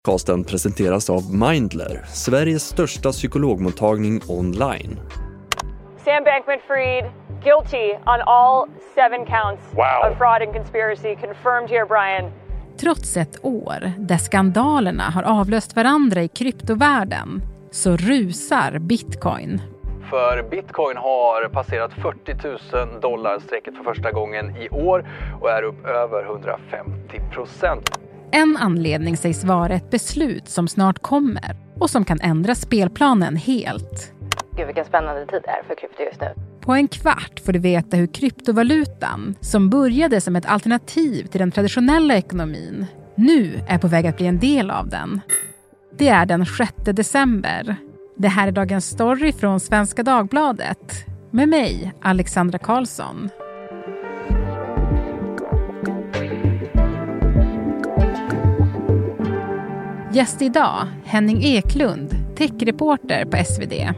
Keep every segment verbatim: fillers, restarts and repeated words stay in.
Podcasten presenteras av Mindler, Sveriges största psykologmottagning online. Sam Bankman-Fried, guilty on all seven counts wow. of fraud and conspiracy, confirmed here, Brian. Trots ett år där skandalerna har avlöst varandra i kryptovärlden så rusar Bitcoin. För Bitcoin har passerat fyrtio tusen dollar strecket för första gången i år och är upp över hundrafemtio procent. En anledning sägs vara ett beslut som snart kommer och som kan ändra spelplanen helt. Gud, vilken spännande tid det är för krypto just nu. På en kvart får du veta hur kryptovalutan, som började som ett alternativ till den traditionella ekonomin, nu är på väg att bli en del av den. Det är den sjätte december. Det här är dagens story från Svenska Dagbladet. Med mig, Alexandra Karlsson. Gäst idag, Henning Eklund, techreporter på S V D.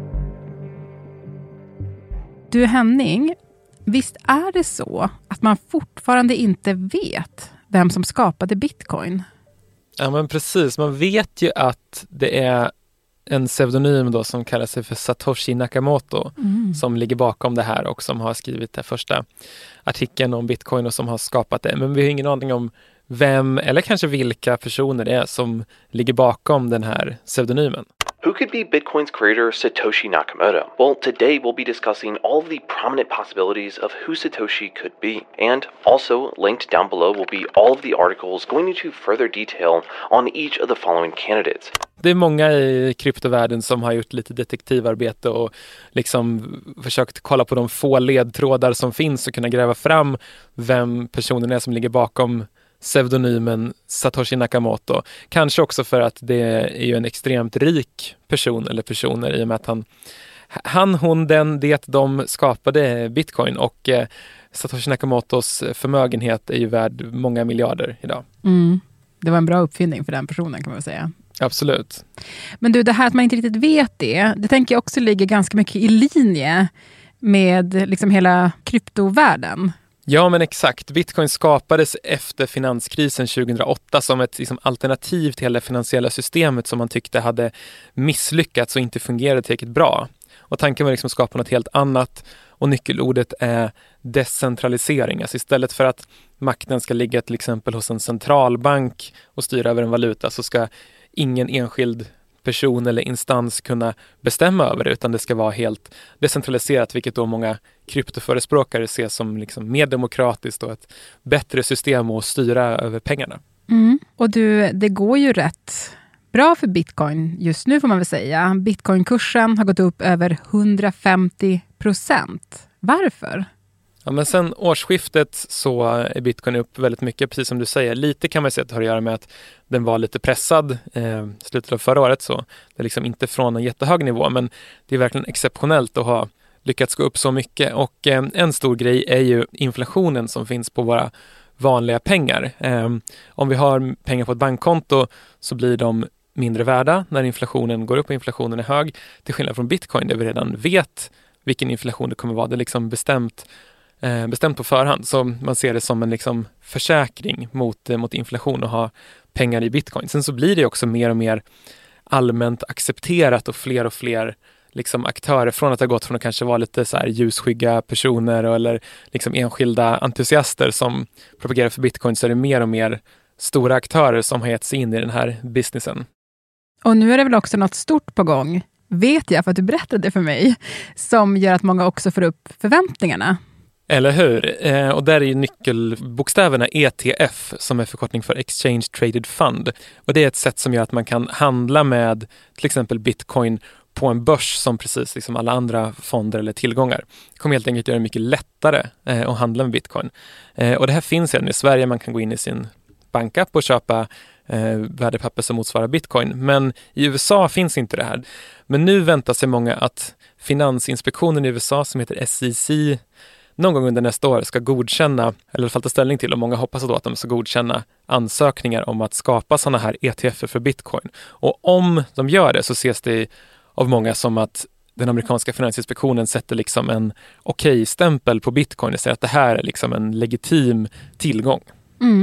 Du Henning, visst är det så att man fortfarande inte vet vem som skapade Bitcoin? Ja, men precis. Man vet ju att det är en pseudonym då som kallar sig för Satoshi Nakamoto mm. som ligger bakom det här och som har skrivit den första artikeln om Bitcoin och som har skapat det. Men vi har ingen aning om vem eller kanske vilka personer det är som ligger bakom den här pseudonymen. Who could be Bitcoin's creator Satoshi Nakamoto? Well, today we'll be discussing all of the prominent possibilities of who Satoshi could be. And also, linked down below will be all of the articles going into further detail on each of the following candidates. Det är många i kryptovärlden som har gjort lite detektivarbete och liksom försökt kolla på de få ledtrådar som finns och kunna gräva fram vem personen är som ligger bakom pseudonymen Satoshi Nakamoto. Kanske också för att det är ju en extremt rik person eller personer i och med att han, han hon, den, det, de skapade Bitcoin och eh, Satoshi Nakamotos förmögenhet är ju värd många miljarder idag. Mm. Det var en bra uppfinning för den personen kan man säga. Absolut. Men du, det här att man inte riktigt vet det, det tänker jag också ligger ganska mycket i linje med liksom hela kryptovärlden. Ja, men exakt. Bitcoin skapades efter finanskrisen tjugohundraåtta som ett liksom, alternativ till hela det finansiella systemet som man tyckte hade misslyckats och inte fungerade tillräckligt bra. Och tanken var liksom att skapa något helt annat och nyckelordet är decentralisering. Alltså istället för att makten ska ligga till exempel hos en centralbank och styra över en valuta så ska ingen enskild person eller instans kunna bestämma över det utan det ska vara helt decentraliserat, vilket då många kryptoförespråkare ser som liksom mer demokratiskt och ett bättre system att styra över pengarna. Mm. Och du, det går ju rätt bra för Bitcoin just nu får man väl säga. Bitcoinkursen har gått upp över hundrafemtio procent. Varför? Ja, men sen årsskiftet så är Bitcoin upp väldigt mycket, precis som du säger. Lite kan man säga att det har att göra med att den var lite pressad eh, slutet av förra året. Så det är liksom inte från en jättehög nivå, men det är verkligen exceptionellt att ha lyckats gå upp så mycket. Och eh, en stor grej är ju inflationen som finns på våra vanliga pengar. Eh, om vi har pengar på ett bankkonto så blir de mindre värda när inflationen går upp och inflationen är hög. Till skillnad från Bitcoin där vi redan vet vilken inflation det kommer vara. Det är liksom bestämt Eh, bestämt på förhand, så man ser det som en liksom försäkring mot, eh, mot inflation och ha pengar i Bitcoin. Sen så blir det också mer och mer allmänt accepterat och fler och fler liksom aktörer från att ha gått från att kanske vara lite så här ljusskygga personer eller liksom enskilda entusiaster som propagerar för Bitcoin, så är det mer och mer stora aktörer som har gett sig in i den här businessen. Och nu är det väl också något stort på gång, vet jag för att du berättade för mig, som gör att många också får upp förväntningarna. Eller hur? Eh, och där är ju nyckelbokstäverna E T F som är förkortning för Exchange Traded Fund. Och det är ett sätt som gör att man kan handla med till exempel Bitcoin på en börs som precis liksom alla andra fonder eller tillgångar. Det kommer helt enkelt göra det mycket lättare eh, att handla med Bitcoin. Eh, och det här finns redan i Sverige. Man kan gå in i sin bankapp och köpa eh, värdepapper som motsvarar Bitcoin. Men i U S A finns inte det här. Men nu väntar sig många att Finansinspektionen i U S A som heter S E C någon gång under nästa år ska godkänna, eller i alla fall ta ställning till, och många hoppas då att de ska godkänna ansökningar om att skapa sådana här E T F för Bitcoin. Och om de gör det så ses det av många som att den amerikanska finansinspektionen sätter liksom en okej-stämpel på Bitcoin och säger att det här är liksom en legitim tillgång. Mm.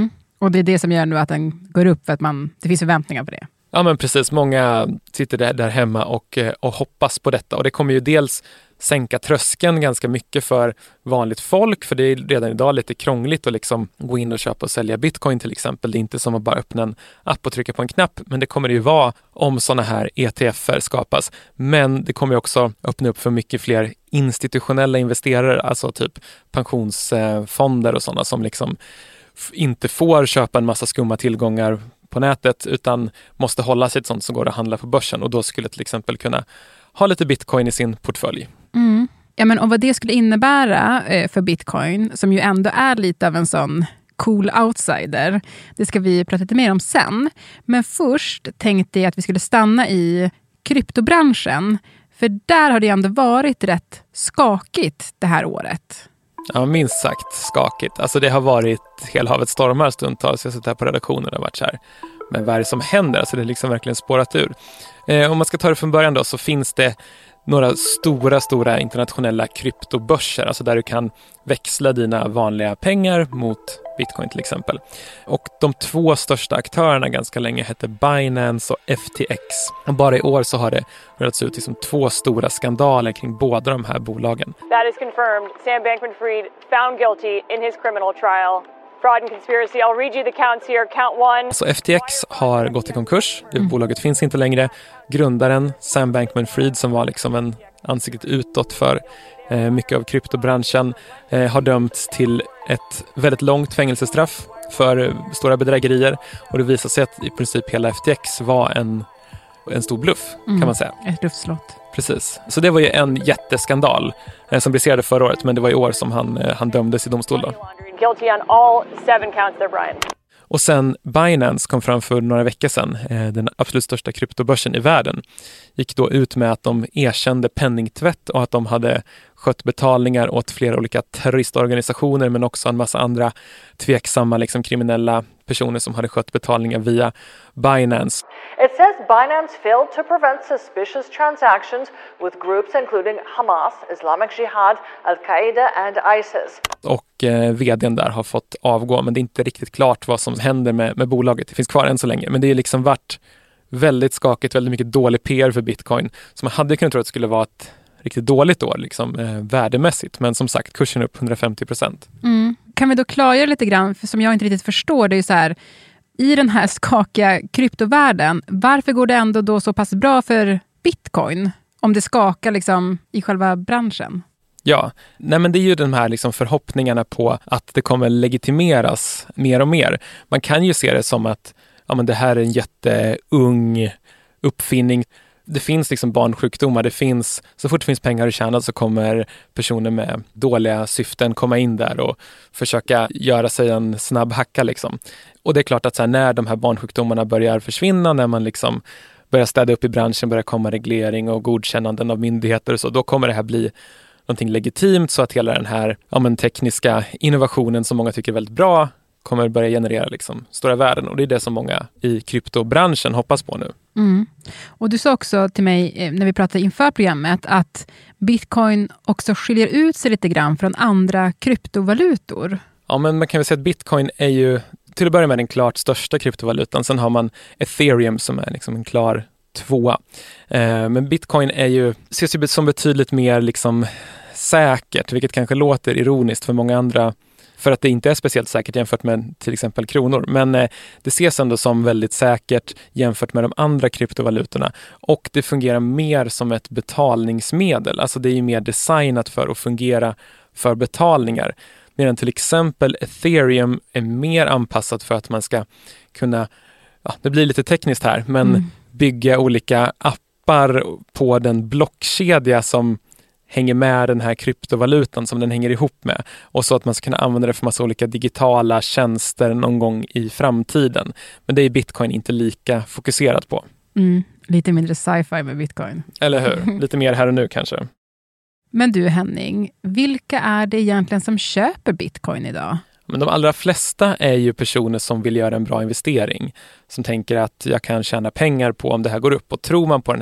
Och det är det som gör nu att den går upp för att man, det finns förväntningar på det. Ja men precis, många sitter där, där hemma och, och hoppas på detta. Och det kommer ju dels sänka tröskeln ganska mycket för vanligt folk. För det är redan idag lite krångligt att liksom gå in och köpa och sälja bitcoin till exempel. Det är inte som att bara öppna en app och trycka på en knapp. Men det kommer det ju vara om sådana här E T F-er skapas. Men det kommer ju också öppna upp för mycket fler institutionella investerare. Alltså typ pensionsfonder och sådana som liksom inte får köpa en massa skumma tillgångar på nätet utan måste hålla sig till sånt som går att handla på börsen och då skulle till exempel kunna ha lite bitcoin i sin portfölj. Mm. Ja, men och vad det skulle innebära eh, för bitcoin som ju ändå är lite av en sån cool outsider, det ska vi prata lite mer om sen. Men först tänkte jag att vi skulle stanna i kryptobranschen för där har det ändå varit rätt skakigt det här året. Ja, minst sagt skakigt. Alltså det har varit helhavet stormar stundtals. Jag sitter här på redaktionen och har varit så här. Men vad är det som händer? Alltså det är liksom verkligen spårat ur. Eh, om man ska ta det från början då så finns det några stora, stora internationella kryptobörser. Alltså där du kan växla dina vanliga pengar mot bitcoin till exempel. Och de två största aktörerna ganska länge hette Binance och F T X. Och bara i år så har det rört sig ut liksom två stora skandaler kring båda de här bolagen. That is confirmed. Sam Bankman-Fried found guilty in his criminal trial. Fraud and conspiracy. I'll read you the counts here. Count one. Så F T X har gått i konkurs. Det bolaget finns inte längre. Grundaren Sam Bankman-Fried som var liksom en ansiktet utåt för eh, mycket av kryptobranschen eh, har dömts till ett väldigt långt fängelsestraff för eh, stora bedrägerier och det visar sig att i princip hela F T X var en, en stor bluff mm. kan man säga. Ett luftslott. Precis. Så det var ju en jätteskandal eh, som briserade förra året men det var i år som han, eh, han dömdes i domstol då. Guilty on all seven counts there, Brian. Och sen Binance kom fram för några veckor sedan, eh, den absolut största kryptobörsen i världen, gick då ut med att de erkände penningtvätt och att de hade skött betalningar åt flera olika terroristorganisationer men också en massa andra tveksamma liksom, kriminella personer som hade skött betalningar via Binance. It says Binance failed to prevent suspicious transactions with groups including Hamas, Islamic Jihad, Al-Qaida and ISIS. Och eh, vdn där har fått avgå men det är inte riktigt klart vad som händer med, med bolaget. Det finns kvar än så länge men det är liksom varit väldigt skakigt, väldigt mycket dålig P R för bitcoin. Så man hade kunnat tro att det skulle vara ett riktigt dåligt år liksom, eh, värdemässigt. Men som sagt, kursen är upp hundrafemtio procent. Mm. Kan vi då klargöra lite grann, för som jag inte riktigt förstår, det är ju så här, i den här skakiga kryptovärlden, varför går det ändå då så pass bra för bitcoin om det skakar liksom i själva branschen? Ja, nej men det är ju de här liksom förhoppningarna på att det kommer legitimeras mer och mer. Man kan ju se det som att ja, men det här är en jätteung uppfinning. Det finns liksom barnsjukdomar, det finns, så fort det finns pengar att tjäna så kommer personer med dåliga syften komma in där och försöka göra sig en snabb hacka liksom. Och det är klart att så här, när de här barnsjukdomarna börjar försvinna, när man liksom börjar städa upp i branschen, börjar komma reglering och godkännanden av myndigheter och så, då kommer det här bli någonting legitimt så att hela den här ja, men tekniska innovationen som många tycker är väldigt bra kommer börja generera liksom stora värden och det är det som många i kryptobranschen hoppas på nu. Mm. Och du sa också till mig när vi pratade inför programmet att bitcoin också skiljer ut sig lite grann från andra kryptovalutor. Ja, men man kan väl säga att bitcoin är ju till att börja med den klart största kryptovalutan. Sen har man ethereum som är liksom en klar tvåa. Eh, men bitcoin är ju, ses ju som betydligt mer liksom säkert, vilket kanske låter ironiskt för många andra. För att det inte är speciellt säkert jämfört med till exempel kronor. Men eh, det ses ändå som väldigt säkert jämfört med de andra kryptovalutorna. Och det fungerar mer som ett betalningsmedel. Alltså det är ju mer designat för att fungera för betalningar. Medan till exempel ethereum är mer anpassat för att man ska kunna, ja, det blir lite tekniskt här, men mm. bygga olika appar på den blockkedja som hänger med den här kryptovalutan som den hänger ihop med. Och så att man ska kunna använda det för massa olika digitala tjänster någon gång i framtiden. Men det är bitcoin inte lika fokuserat på. Mm, lite mindre sci-fi med bitcoin. Eller hur? Lite mer här och nu kanske. Men du Henning, vilka är det egentligen som köper bitcoin idag? Men de allra flesta är ju personer som vill göra en bra investering. Som tänker att jag kan tjäna pengar på om det här går upp. Och tror man på den här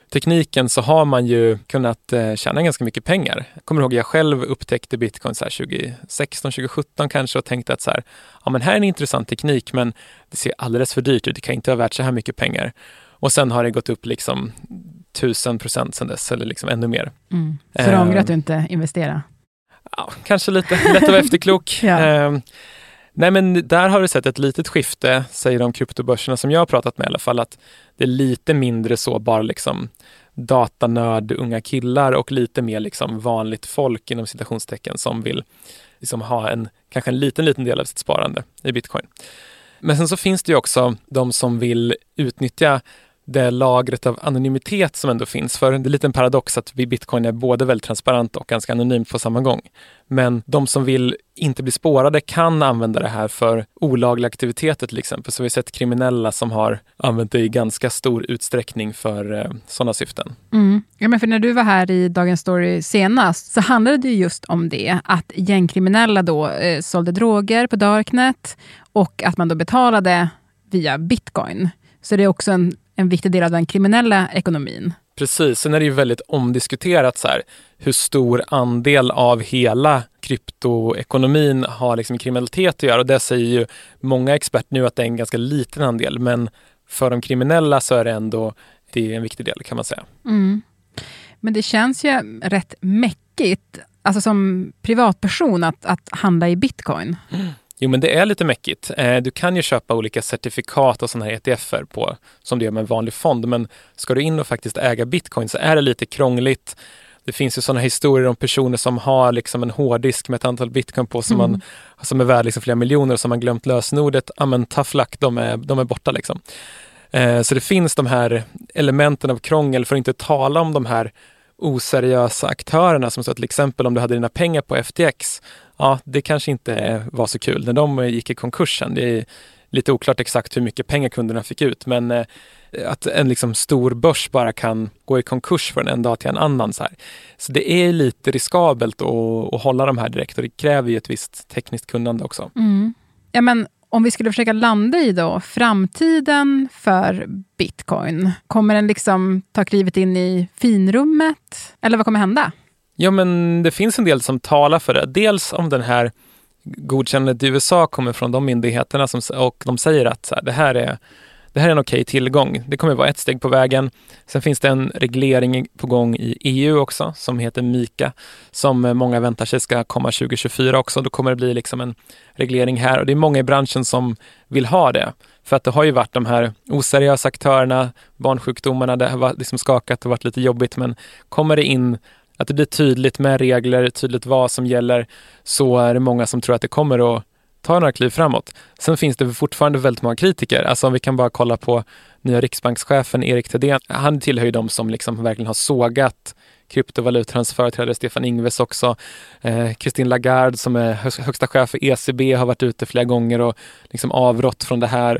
tekniken så har man ju kunnat eh, tjäna ganska mycket pengar. Jag kommer ihåg jag själv upptäckte bitcoin så här tjugo sexton tjugo sjutton kanske och tänkte att så här, ja men här är en intressant teknik men det ser alldeles för dyrt ut, det kan inte ha värt så här mycket pengar. Och sen har det gått upp liksom tusen procent sedan dess eller liksom ännu mer. Mm. Så du ångrar att du inte investerar? Ja, kanske lite lätt att vara efterklok. ja. eh, nej men där har du sett ett litet skifte, säger de kryptobörserna som jag har pratat med i alla fall, att det är lite mindre så bara liksom datanörd, unga killar och lite mer liksom vanligt folk inom citationstecken som vill liksom ha en kanske en liten liten del av sitt sparande i bitcoin. Men sen så finns det ju också de som vill utnyttja det lagret av anonymitet som ändå finns. För det är lite en paradox att bitcoin är både väldigt transparent och ganska anonymt på samma gång. Men de som vill inte bli spårade kan använda det här för olagliga aktiviteter till exempel. Så vi har sett kriminella som har använt det i ganska stor utsträckning för eh, sådana syften. Mm. Ja, men för när du var här i Dagens Story senast så handlade det just om det. Att gängkriminella då eh, sålde droger på Darknet och att man då betalade via bitcoin. Så det är också en en viktig del av den kriminella ekonomin. Precis, sen är det ju väldigt omdiskuterat så här, hur stor andel av hela kryptoekonomin har liksom kriminalitet att göra. Och det säger ju många experter nu att det är en ganska liten andel, men för de kriminella så är det ändå det är en viktig del kan man säga. Mm. Men det känns ju rätt mäckigt, alltså som privatperson att, att handla i bitcoin. Mm. Jo, men det är lite mäckigt. Du kan ju köpa olika certifikat och sådana här E T F-er på, som du gör med en vanlig fond. Men ska du in och faktiskt äga bitcoin så är det lite krångligt. Det finns ju sådana historier om personer som har liksom en hårddisk med ett antal bitcoin på som, mm. man, som är värd liksom flera miljoner och som man glömt lösenordet. Ja, men tough luck, de är, de är borta liksom. Eh, så det finns de här elementen av krångel, för att inte tala om de här oseriösa aktörerna som så till exempel om du hade dina pengar på F T X. Ja, det kanske inte var så kul när de gick i konkursen. Det är lite oklart exakt hur mycket pengar kunderna fick ut, men eh, att en liksom stor börs bara kan gå i konkurs från en dag till en annan. Så här. Så det är lite riskabelt att, att hålla de här direkt och det kräver ju ett visst tekniskt kunnande också. Mm. Ja, men om vi skulle försöka landa i då framtiden för bitcoin, kommer den liksom ta klivet in i finrummet? Eller vad kommer hända? Ja, men det finns en del som talar för det. Dels om den här godkännandet i U S A kommer från de myndigheterna som, och de säger att så här, det här är det här är en okej tillgång. Det kommer vara ett steg på vägen. Sen finns det en reglering på gång i E U också som heter MiCA som många väntar sig ska komma tjugo tjugofyra också. Då kommer det bli liksom en reglering här och det är många i branschen som vill ha det. För att det har ju varit de här oseriösa aktörerna, barnsjukdomarna, det har liksom skakat och varit lite jobbigt, men kommer det in att det blir tydligt med regler, tydligt vad som gäller, så är det många som tror att det kommer att ta några kliv framåt. Sen finns det fortfarande väldigt många kritiker. Alltså om vi kan bara kolla på nya riksbankschefen Erik Thedéen. Han tillhör ju de som liksom verkligen har sågat kryptovalutans företrädare Stefan Ingves också. Eh, Christine Lagarde som är högsta chef för E C B har varit ute flera gånger och liksom avrått från det här.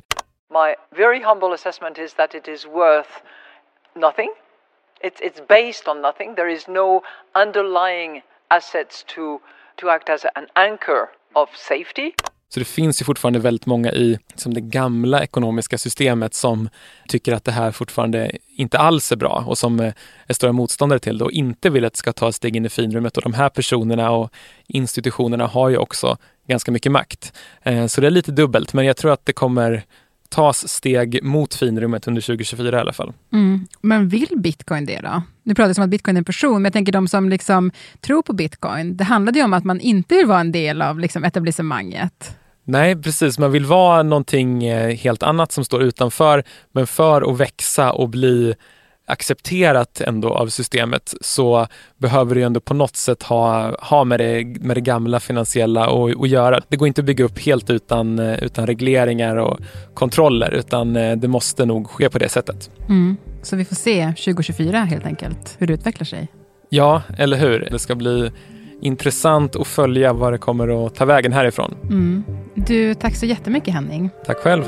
My very humble assessment is that it is worth nothing. It's, it's based on nothing. There is no underlying assets to, to act as an anchor of safety. Så det finns ju fortfarande väldigt många i som det gamla ekonomiska systemet som tycker att det här fortfarande inte alls är bra och som är stora motståndare till det och inte vill att det ska ta ett steg in i finrummet. Och de här personerna och institutionerna har ju också ganska mycket makt. Så det är lite dubbelt, men jag tror att det kommer tas steg mot finrummet under tjugo tjugofyra i alla fall. Mm. Men vill bitcoin det då? Nu pratar jag om att bitcoin är en person, men jag tänker de som liksom tror på bitcoin, det handlade ju om att man inte vill vara en del av liksom etablissemanget. Nej, precis. Man vill vara någonting helt annat som står utanför, men för att växa och bli accepterat ändå av systemet så behöver du ändå på något sätt ha, ha med, det, med det gamla finansiella och, och göra. Det går inte att bygga upp helt utan, utan regleringar och kontroller, utan det måste nog ske på det sättet. Mm. Så vi får se tjugo tjugofyra helt enkelt, hur det utvecklar sig. Ja, eller hur? Det ska bli intressant att följa vad det kommer att ta vägen härifrån. Mm. Du, tack så jättemycket Henning. Tack själv.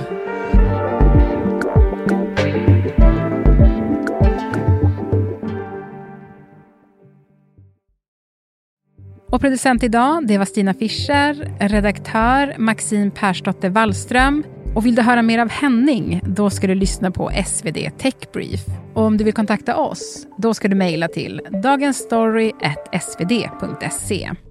Och producent idag, det var Stina Fischer, redaktör Maxine Persdotter Wallström. Och vill du höra mer av Henning, då ska du lyssna på S V D Tech Brief. Och om du vill kontakta oss, då ska du mejla till dagensstory at s v d punkt se.